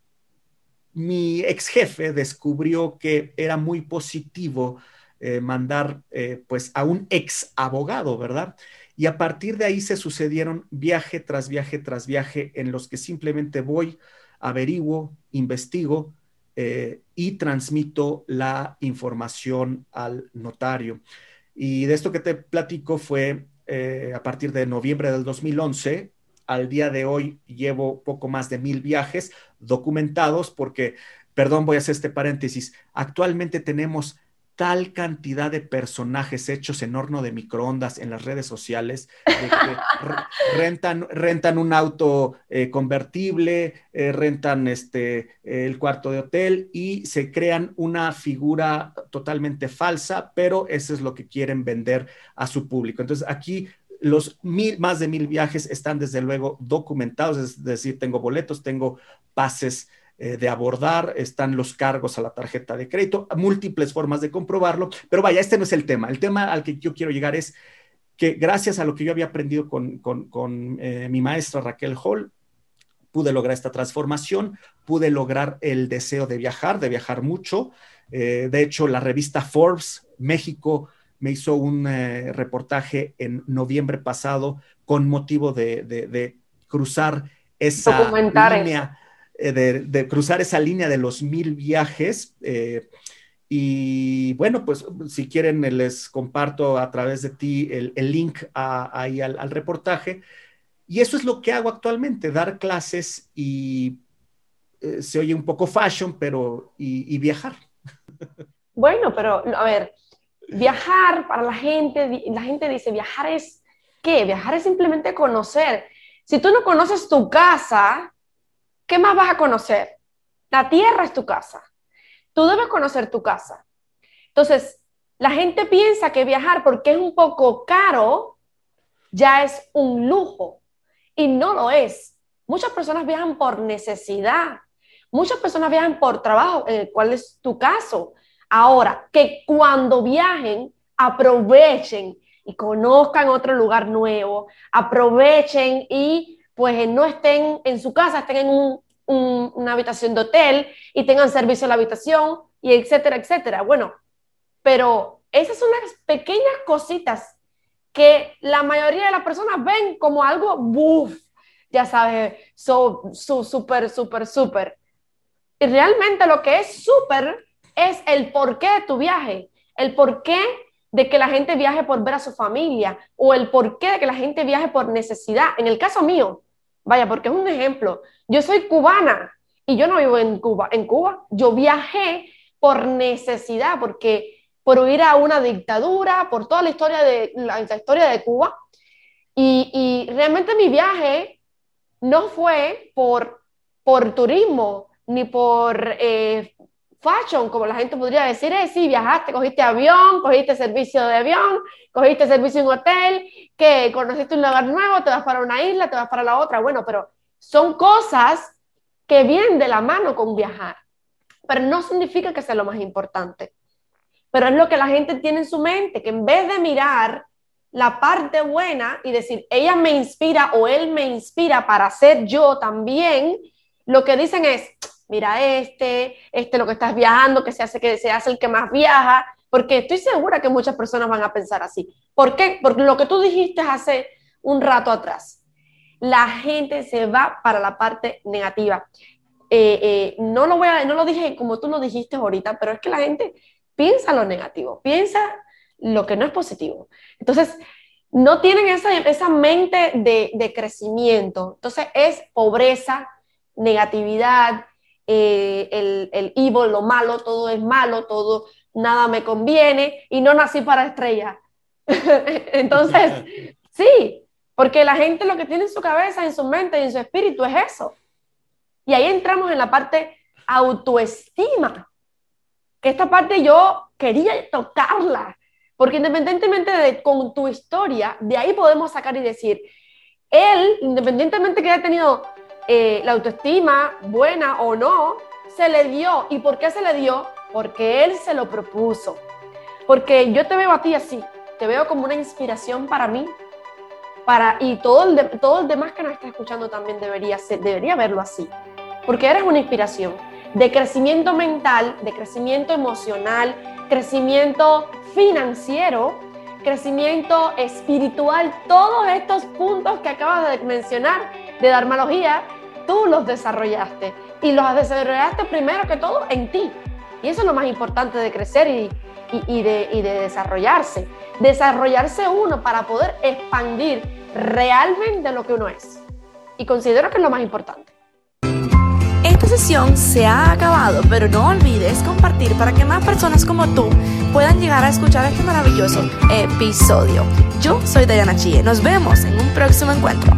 D: mi ex jefe descubrió que era muy positivo eh, mandar eh, pues a un ex abogado, ¿verdad? Y a partir de ahí se sucedieron viaje tras viaje tras viaje en los que simplemente voy, averiguo, investigo eh, y transmito la información al notario. Y de esto que te platico fue eh, a partir de noviembre del dos mil once. Al día de hoy llevo poco más de mil viajes documentados porque, perdón, voy a hacer este paréntesis, actualmente tenemos tal cantidad de personajes hechos en horno de microondas en las redes sociales, de que rentan, rentan un auto eh, convertible, eh, rentan este, el cuarto de hotel y se crean una figura totalmente falsa, pero eso es lo que quieren vender a su público. Entonces aquí los mil, más de mil viajes están desde luego documentados, es decir, tengo boletos, tengo pases eh, de abordar, están los cargos a la tarjeta de crédito, múltiples formas de comprobarlo, pero vaya, este no es el tema. El tema al que yo quiero llegar es que gracias a lo que yo había aprendido con, con, con eh, mi maestra Raquel Hall, pude lograr esta transformación, pude lograr el deseo de viajar, de viajar mucho. Eh, de hecho, la revista Forbes México me hizo un eh, reportaje en noviembre pasado con motivo de, de, de cruzar esa
C: Documentar
D: línea, eh, de, de cruzar esa línea de los mil viajes. Eh, y bueno, pues si quieren les comparto a través de ti el, el link a, ahí al, al reportaje. Y eso es lo que hago actualmente, dar clases y eh, se oye un poco fashion, pero y, y viajar.
C: Bueno, pero a ver, viajar para la gente, la gente dice, viajar es, ¿qué? Viajar es simplemente conocer. Si tú no conoces tu casa, ¿qué más vas a conocer? La tierra es tu casa. Tú debes conocer tu casa. Entonces, la gente piensa que viajar porque es un poco caro, ya es un lujo. Y no lo es. Muchas personas viajan por necesidad. Muchas personas viajan por trabajo, eh, ¿cuál es tu caso? Ahora, que cuando viajen, aprovechen y conozcan otro lugar nuevo, aprovechen y pues no estén en su casa, estén en un, un, una habitación de hotel y tengan servicio a la habitación y etcétera, etcétera. Bueno, pero esas son las pequeñas cositas que la mayoría de las personas ven como algo, ¡buf! Ya sabes, so, so, súper, súper, súper. Y realmente lo que es súper es el porqué de tu viaje, el porqué de que la gente viaje por ver a su familia o el porqué de que la gente viaje por necesidad. En el caso mío, vaya, porque es un ejemplo, yo soy cubana y yo no vivo en Cuba, en Cuba, yo viajé por necesidad, porque por huir a una dictadura, por toda la historia de, la, la historia de Cuba, y, y realmente mi viaje no fue por por turismo, ni por eh, fashion, como la gente podría decir, eh, sí, viajaste, cogiste avión, cogiste servicio de avión, cogiste servicio en hotel, que conociste un lugar nuevo, te vas para una isla, te vas para la otra. Bueno, pero son cosas que vienen de la mano con viajar, pero no significa que sea lo más importante. Pero es lo que la gente tiene en su mente, que en vez de mirar la parte buena y decir, ella me inspira o él me inspira para ser yo también, lo que dicen es, mira este, este lo que estás viajando, que se hace, que se hace el que más viaja, porque estoy segura que muchas personas van a pensar así. ¿Por qué? Porque lo que tú dijiste hace un rato atrás, la gente se va para la parte negativa. Eh, eh, no, lo voy a, no lo dije como tú lo dijiste ahorita, pero es que la gente piensa lo negativo, piensa lo que no es positivo. Entonces, no tienen esa, esa mente de, de crecimiento. Entonces, es pobreza, negatividad, eh, el, el evil, lo malo, todo es malo, todo, nada me conviene, y no nací para estrella. Entonces, sí, porque la gente lo que tiene en su cabeza, en su mente y en su espíritu es eso. Y ahí entramos en la parte autoestima, que esta parte yo quería tocarla, porque independientemente de con tu historia, de ahí podemos sacar y decir, él, independientemente que haya tenido eh, la autoestima buena o no, se le dio. ¿Y por qué se le dio? Porque él se lo propuso. Porque yo te veo a ti así, te veo como una inspiración para mí, para, y todo el, de, todo el demás que nos está escuchando también debería, ser, debería verlo así, porque eres una inspiración de crecimiento mental, de crecimiento emocional, crecimiento financiero, crecimiento espiritual. Todos estos puntos que acabas de mencionar de Dharmalogía, tú los desarrollaste, y los desarrollaste primero que todo en ti, y eso es lo más importante de crecer y, y, y, de, y de desarrollarse, desarrollarse uno para poder expandir realmente lo que uno es, y considero que es lo más importante.
A: Esta sesión se ha acabado, pero no olvides compartir para que más personas como tú puedan llegar a escuchar este maravilloso episodio. Yo soy Dayana Chie. Nos vemos en un próximo encuentro.